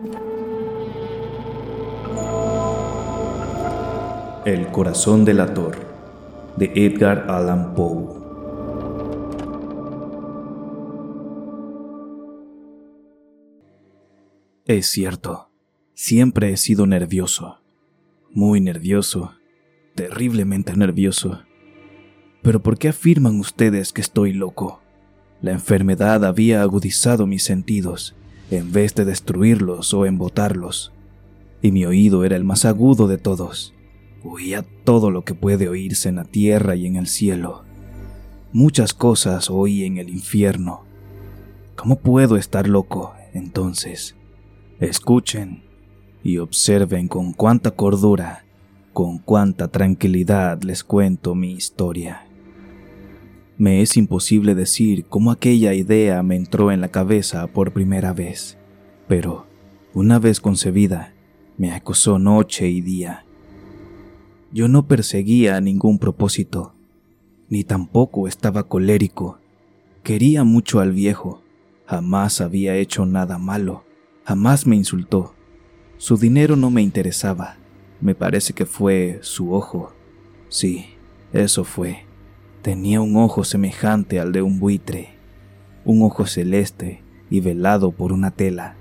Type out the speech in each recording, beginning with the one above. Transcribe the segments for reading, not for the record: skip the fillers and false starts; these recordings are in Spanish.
El corazón delator, de Edgar Allan Poe. Es cierto, siempre he sido nervioso, muy nervioso, terriblemente nervioso. Pero ¿por qué afirman ustedes que estoy loco? La enfermedad había agudizado mis sentidos, en vez de destruirlos o embotarlos. Y mi oído era el más agudo de todos. Oía todo lo que puede oírse en la tierra y en el cielo. Muchas cosas oí en el infierno. ¿Cómo puedo estar loco, entonces? Escuchen y observen con cuánta cordura, con cuánta tranquilidad les cuento mi historia. Me es imposible decir cómo aquella idea me entró en la cabeza por primera vez, pero, una vez concebida, me acosó noche y día. Yo no perseguía ningún propósito, ni tampoco estaba colérico. Quería mucho al viejo, jamás había hecho nada malo, jamás me insultó. Su dinero no me interesaba, me parece que fue su ojo. Sí, eso fue. Tenía un ojo semejante al de un buitre, un ojo celeste y velado por una tela.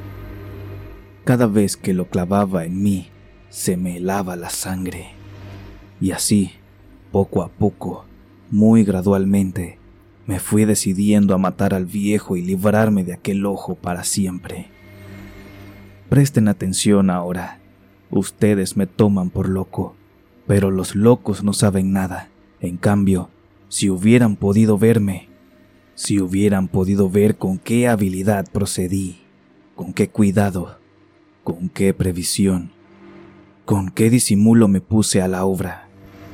Cada vez que lo clavaba en mí, se me helaba la sangre. Y así, poco a poco, muy gradualmente, me fui decidiendo a matar al viejo y librarme de aquel ojo para siempre. Presten atención ahora. Ustedes me toman por loco, pero los locos no saben nada. En cambio, si hubieran podido verme, si hubieran podido ver con qué habilidad procedí, con qué cuidado, con qué previsión, con qué disimulo me puse a la obra.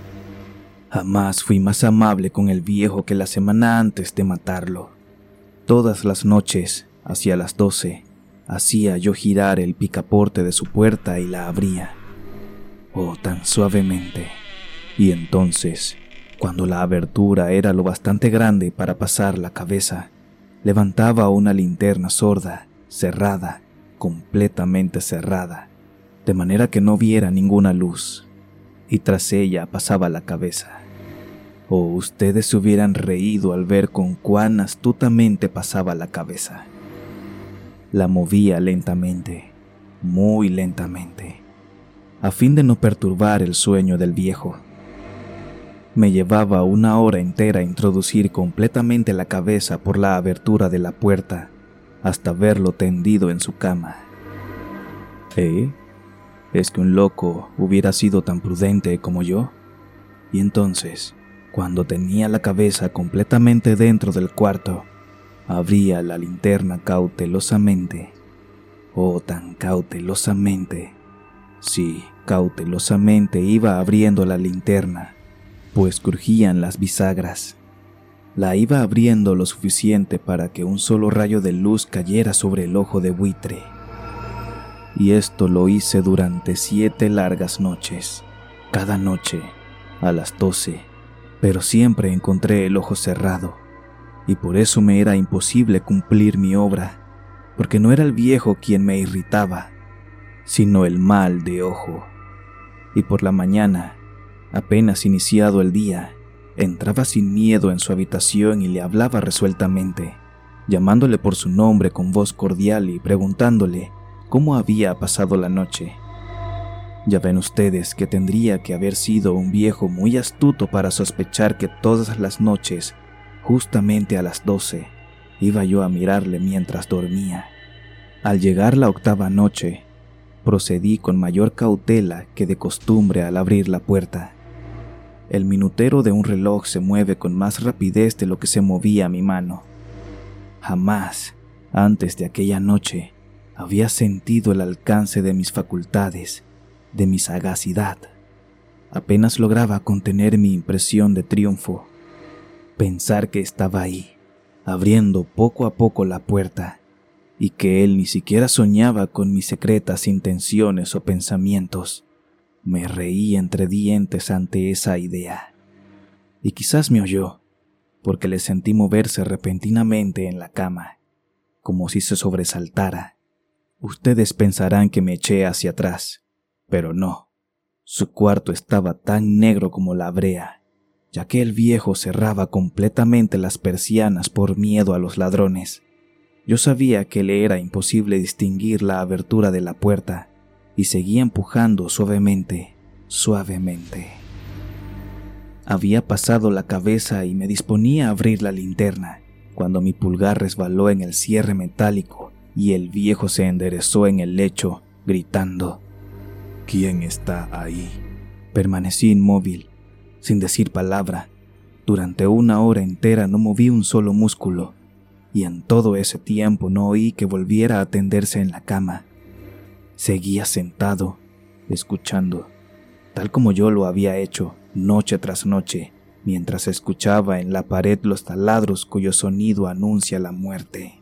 Jamás fui más amable con el viejo que la semana antes de matarlo. Todas las noches, hacia las 12, hacía yo girar el picaporte de su puerta y la abría. Oh, tan suavemente. Y entonces, cuando la abertura era lo bastante grande para pasar la cabeza, levantaba una linterna sorda, cerrada, completamente cerrada, de manera que no viera ninguna luz, y tras ella pasaba la cabeza. Oh, ustedes se hubieran reído al ver con cuán astutamente pasaba la cabeza. La movía lentamente, muy lentamente, a fin de no perturbar el sueño del viejo. Me llevaba 1 hora entera introducir completamente la cabeza por la abertura de la puerta hasta verlo tendido en su cama. ¿Es que un loco hubiera sido tan prudente como yo? Y entonces, cuando tenía la cabeza completamente dentro del cuarto, abría la linterna cautelosamente. Oh, tan cautelosamente. Sí, cautelosamente iba abriendo la linterna, pues crujían las bisagras. La iba abriendo lo suficiente para que un solo rayo de luz cayera sobre el ojo de buitre. Y esto lo hice durante 7 largas noches, cada noche, a las 12, pero siempre encontré el ojo cerrado, y por eso me era imposible cumplir mi obra, porque no era el viejo quien me irritaba, sino el mal de ojo. Y por la mañana, apenas iniciado el día, entraba sin miedo en su habitación y le hablaba resueltamente, llamándole por su nombre con voz cordial y preguntándole cómo había pasado la noche. Ya ven ustedes que tendría que haber sido un viejo muy astuto para sospechar que todas las noches, justamente a las 12, iba yo a mirarle mientras dormía. Al llegar la 8ª noche, procedí con mayor cautela que de costumbre al abrir la puerta. El minutero de un reloj se mueve con más rapidez de lo que se movía mi mano. Jamás, antes de aquella noche, había sentido el alcance de mis facultades, de mi sagacidad. Apenas lograba contener mi impresión de triunfo. Pensar que estaba ahí, abriendo poco a poco la puerta, y que él ni siquiera soñaba con mis secretas intenciones o pensamientos. Me reí entre dientes ante esa idea. Y quizás me oyó, porque le sentí moverse repentinamente en la cama, como si se sobresaltara. Ustedes pensarán que me eché hacia atrás, pero no. Su cuarto estaba tan negro como la brea, ya que el viejo cerraba completamente las persianas por miedo a los ladrones. Yo sabía que le era imposible distinguir la abertura de la puerta y seguía empujando suavemente. Había pasado la cabeza y me disponía a abrir la linterna, cuando mi pulgar resbaló en el cierre metálico y el viejo se enderezó en el lecho, gritando: «¿Quién está ahí?». Permanecí inmóvil, sin decir palabra. Durante 1 hora entera no moví un solo músculo, y en todo ese tiempo no oí que volviera a tenderse en la cama. Seguía sentado, escuchando, tal como yo lo había hecho noche tras noche, mientras escuchaba en la pared los taladros cuyo sonido anuncia la muerte.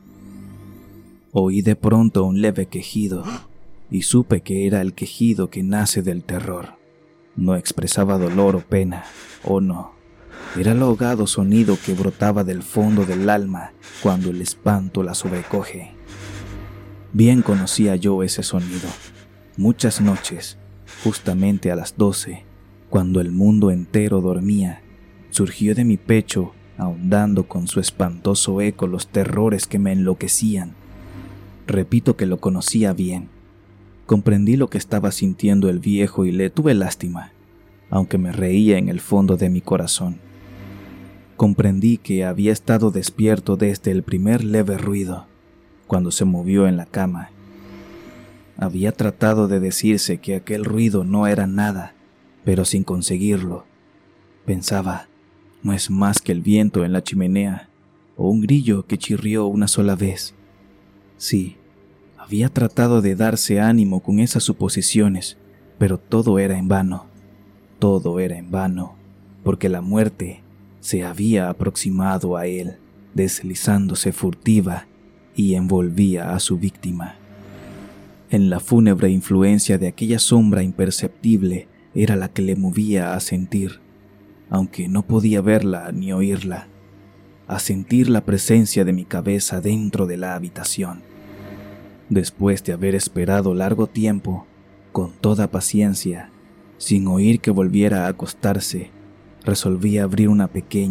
Oí de pronto un leve quejido, y supe que era el quejido que nace del terror. No expresaba dolor o pena, no. Era el ahogado sonido que brotaba del fondo del alma cuando el espanto la sobrecoge. Bien conocía yo ese sonido. Muchas noches, justamente a las 12, cuando el mundo entero dormía, surgió de mi pecho, ahondando con su espantoso eco los terrores que me enloquecían. Repito que lo conocía bien. Comprendí lo que estaba sintiendo el viejo y le tuve lástima, aunque me reía en el fondo de mi corazón. Comprendí que había estado despierto desde el primer leve ruido, cuando se movió en la cama. Había tratado de decirse que aquel ruido no era nada, pero sin conseguirlo. Pensaba, no es más que el viento en la chimenea o un grillo que chirrió una sola vez. Sí, había tratado de darse ánimo con esas suposiciones, pero todo era en vano. Todo era en vano, porque la muerte se había aproximado a él, deslizándose furtiva y envolvía a su víctima. En la fúnebre influencia de aquella sombra imperceptible era la que le movía a sentir, aunque no podía verla ni oírla, a sentir la presencia de mi cabeza dentro de la habitación. Después de haber esperado largo tiempo, con toda paciencia, sin oír que volviera a acostarse, resolví abrir una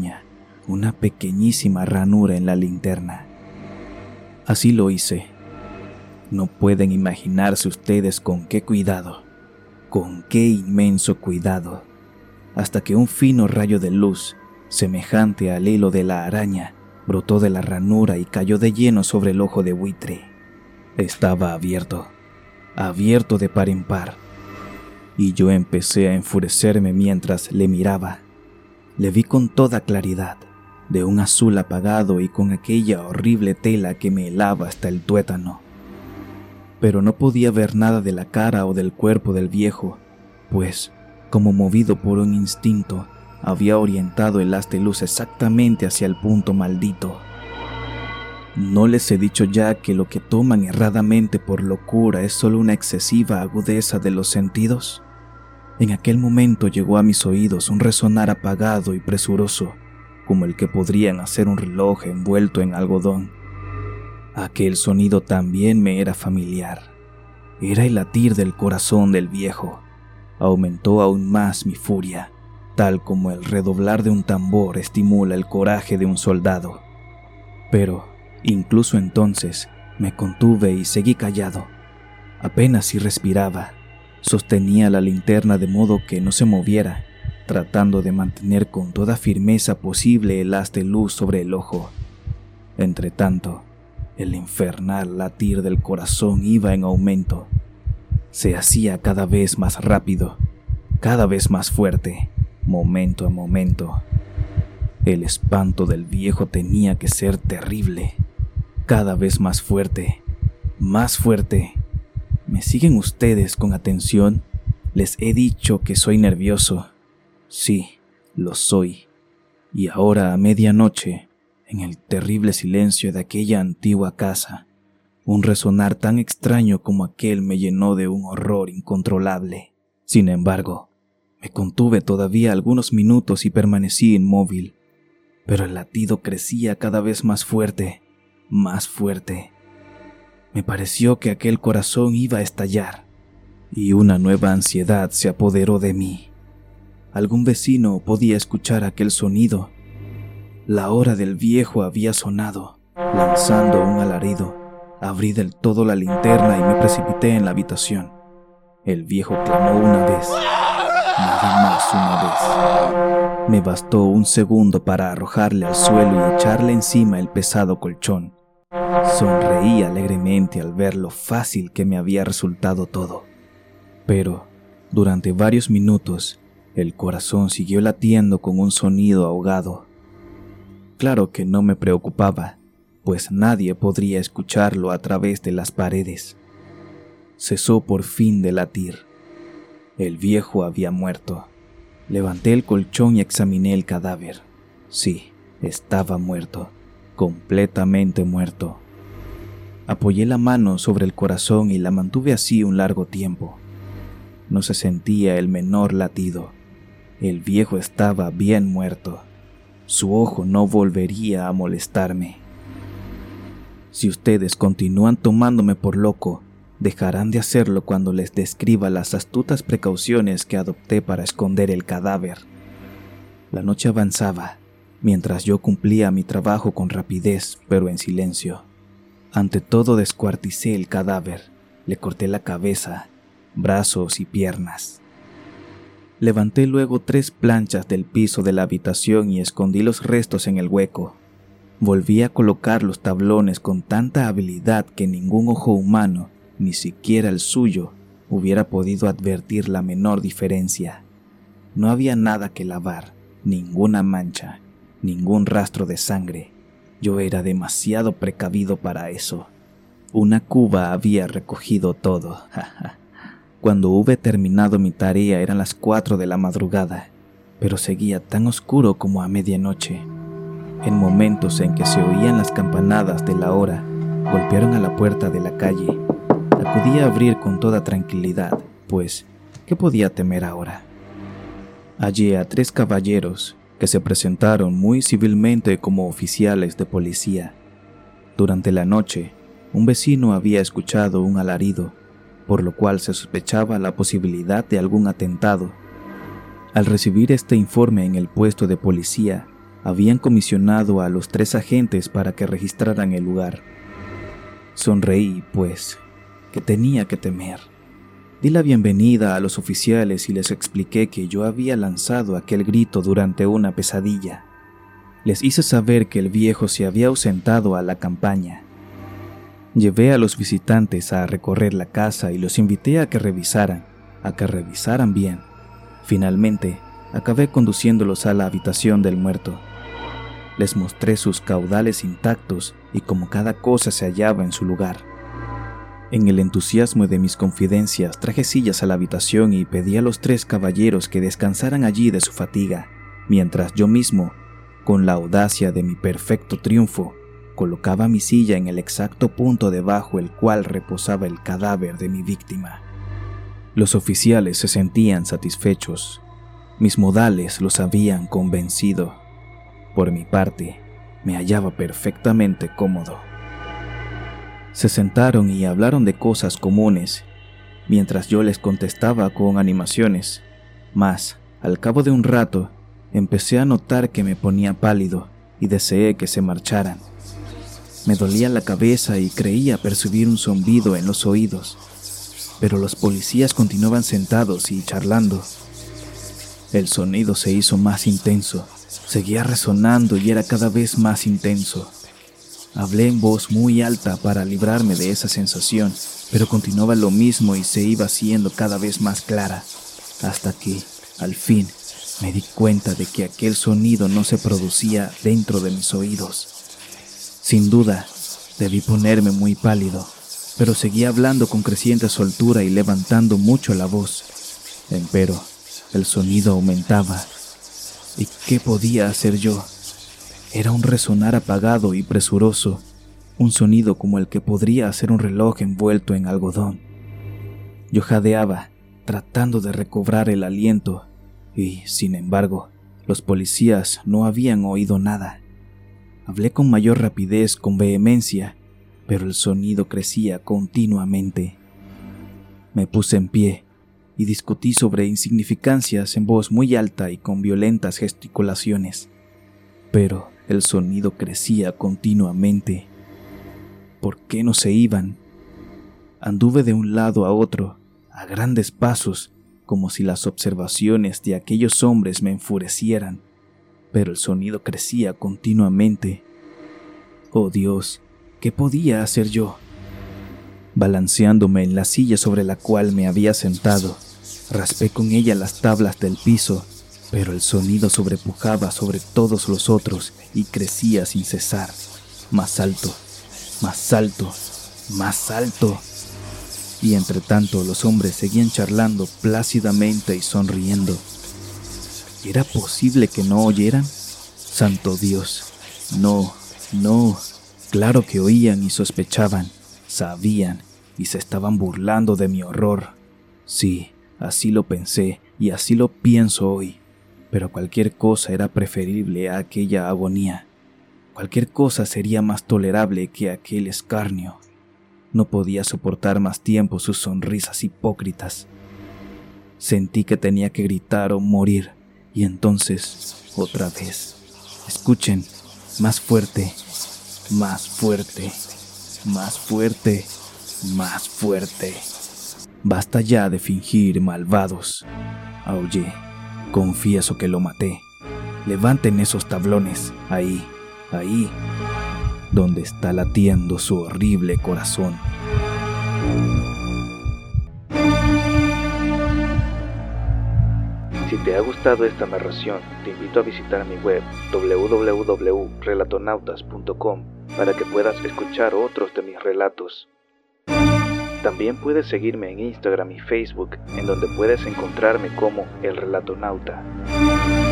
pequeñísima ranura en la linterna. Así lo hice. No pueden imaginarse ustedes con qué cuidado, con qué inmenso cuidado, hasta que un fino rayo de luz, semejante al hilo de la araña, brotó de la ranura y cayó de lleno sobre el ojo de buitre. Estaba abierto de par en par, y yo empecé a enfurecerme mientras le miraba. Le vi con toda claridad, de un azul apagado y con aquella horrible tela que me helaba hasta el tuétano. Pero no podía ver nada de la cara o del cuerpo del viejo, pues, como movido por un instinto, había orientado el haz de luz exactamente hacia el punto maldito. ¿No les he dicho ya que lo que toman erradamente por locura es solo una excesiva agudeza de los sentidos? En aquel momento llegó a mis oídos un resonar apagado y presuroso, como el que podrían hacer un reloj envuelto en algodón. Aquel sonido también me era familiar. Era el latir del corazón del viejo. Aumentó aún más mi furia, tal como el redoblar de un tambor estimula el coraje de un soldado. Pero, incluso entonces, me contuve y seguí callado. Apenas si respiraba. Sostenía la linterna de modo que no se moviera, tratando de mantener con toda firmeza posible el haz de luz sobre el ojo. Entretanto, el infernal latir del corazón iba en aumento. Se hacía cada vez más rápido, cada vez más fuerte, momento a momento. El espanto del viejo tenía que ser terrible, cada vez más fuerte, más fuerte. ¿Me siguen ustedes con atención? Les he dicho que soy nervioso. Sí, lo soy. Y ahora a medianoche, en el terrible silencio de aquella antigua casa, un resonar tan extraño como aquel me llenó de un horror incontrolable. Sin embargo, me contuve todavía algunos minutos y permanecí inmóvil, pero el latido crecía cada vez más fuerte, más fuerte. Me pareció que aquel corazón iba a estallar y una nueva ansiedad se apoderó de mí. Algún vecino podía escuchar aquel sonido. La hora del viejo había sonado. Lanzando un alarido, abrí del todo la linterna y me precipité en la habitación. El viejo clamó una vez, nada más una vez. Me bastó un segundo para arrojarle al suelo y echarle encima el pesado colchón. Sonreí alegremente al ver lo fácil que me había resultado todo. Pero, durante varios minutos, el corazón siguió latiendo con un sonido ahogado. Claro que no me preocupaba, pues nadie podría escucharlo a través de las paredes. Cesó por fin de latir. El viejo había muerto. Levanté el colchón y examiné el cadáver. Sí, estaba muerto, completamente muerto. Apoyé la mano sobre el corazón y la mantuve así un largo tiempo. No se sentía el menor latido. El viejo estaba bien muerto. Su ojo no volvería a molestarme. Si ustedes continúan tomándome por loco, dejarán de hacerlo cuando les describa las astutas precauciones que adopté para esconder el cadáver. La noche avanzaba, mientras yo cumplía mi trabajo con rapidez, pero en silencio. Ante todo descuarticé el cadáver, le corté la cabeza, brazos y piernas. Levanté luego 3 planchas del piso de la habitación y escondí los restos en el hueco. Volví a colocar los tablones con tanta habilidad que ningún ojo humano, ni siquiera el suyo, hubiera podido advertir la menor diferencia. No había nada que lavar, ninguna mancha, ningún rastro de sangre. Yo era demasiado precavido para eso. Una cuba había recogido todo. Cuando hube terminado mi tarea eran las 4 de la madrugada, pero seguía tan oscuro como a medianoche. En momentos en que se oían las campanadas de la hora, golpearon a la puerta de la calle. Acudí a abrir con toda tranquilidad, pues, ¿qué podía temer ahora? Hallé a 3 caballeros que se presentaron muy civilmente como oficiales de policía. Durante la noche, un vecino había escuchado un alarido, por lo cual se sospechaba la posibilidad de algún atentado. Al recibir este informe en el puesto de policía, habían comisionado a los 3 agentes para que registraran el lugar. Sonreí, pues, que tenía que temer. Di la bienvenida a los oficiales y les expliqué que yo había lanzado aquel grito durante una pesadilla. Les hice saber que el viejo se había ausentado a la campaña. Llevé a los visitantes a recorrer la casa y los invité a que revisaran bien. Finalmente, acabé conduciéndolos a la habitación del muerto. Les mostré sus caudales intactos y cómo cada cosa se hallaba en su lugar. En el entusiasmo de mis confidencias, traje sillas a la habitación y pedí a los 3 caballeros que descansaran allí de su fatiga, mientras yo mismo, con la audacia de mi perfecto triunfo, colocaba mi silla en el exacto punto debajo el cual reposaba el cadáver de mi víctima. Los oficiales se sentían satisfechos. Mis modales los habían convencido. Por mi parte, me hallaba perfectamente cómodo. Se sentaron y hablaron de cosas comunes, mientras yo les contestaba con animaciones. Mas, al cabo de un rato, empecé a notar que me ponía pálido y deseé que se marcharan. Me dolía la cabeza y creía percibir un zumbido en los oídos, pero los policías continuaban sentados y charlando. El sonido se hizo más intenso, seguía resonando y era cada vez más intenso. Hablé en voz muy alta para librarme de esa sensación, pero continuaba lo mismo y se iba haciendo cada vez más clara, hasta que, al fin, me di cuenta de que aquel sonido no se producía dentro de mis oídos. Sin duda, debí ponerme muy pálido, pero seguía hablando con creciente soltura y levantando mucho la voz. Empero, el sonido aumentaba. ¿Y qué podía hacer yo? Era un resonar apagado y presuroso, un sonido como el que podría hacer un reloj envuelto en algodón. Yo jadeaba, tratando de recobrar el aliento, y, sin embargo, los policías no habían oído nada. Hablé con mayor rapidez, con vehemencia, pero el sonido crecía continuamente. Me puse en pie y discutí sobre insignificancias en voz muy alta y con violentas gesticulaciones, pero el sonido crecía continuamente. ¿Por qué no se iban? Anduve de un lado a otro, a grandes pasos, como si las observaciones de aquellos hombres me enfurecieran, pero el sonido crecía continuamente. Oh Dios, ¿qué podía hacer yo? Balanceándome en la silla sobre la cual me había sentado, raspé con ella las tablas del piso, pero el sonido sobrepujaba sobre todos los otros y crecía sin cesar, más alto, más alto, más alto. Y entre tanto los hombres seguían charlando plácidamente y sonriendo. ¿Era posible que no oyeran? ¡Santo Dios! No, claro que oían y sospechaban, sabían y se estaban burlando de mi horror. Sí, así lo pensé y así lo pienso hoy, pero cualquier cosa era preferible a aquella agonía. Cualquier cosa sería más tolerable que aquel escarnio. No podía soportar más tiempo sus sonrisas hipócritas. Sentí que tenía que gritar o morir, y entonces, otra vez, escuchen, más fuerte, más fuerte, más fuerte, más fuerte. Basta ya de fingir, malvados. Aullé, confieso que lo maté. Levanten esos tablones, ahí, donde está latiendo su horrible corazón. Si te ha gustado esta narración, te invito a visitar mi web www.relatonautas.com para que puedas escuchar otros de mis relatos. También puedes seguirme en Instagram y Facebook, en donde puedes encontrarme como El Relatonauta.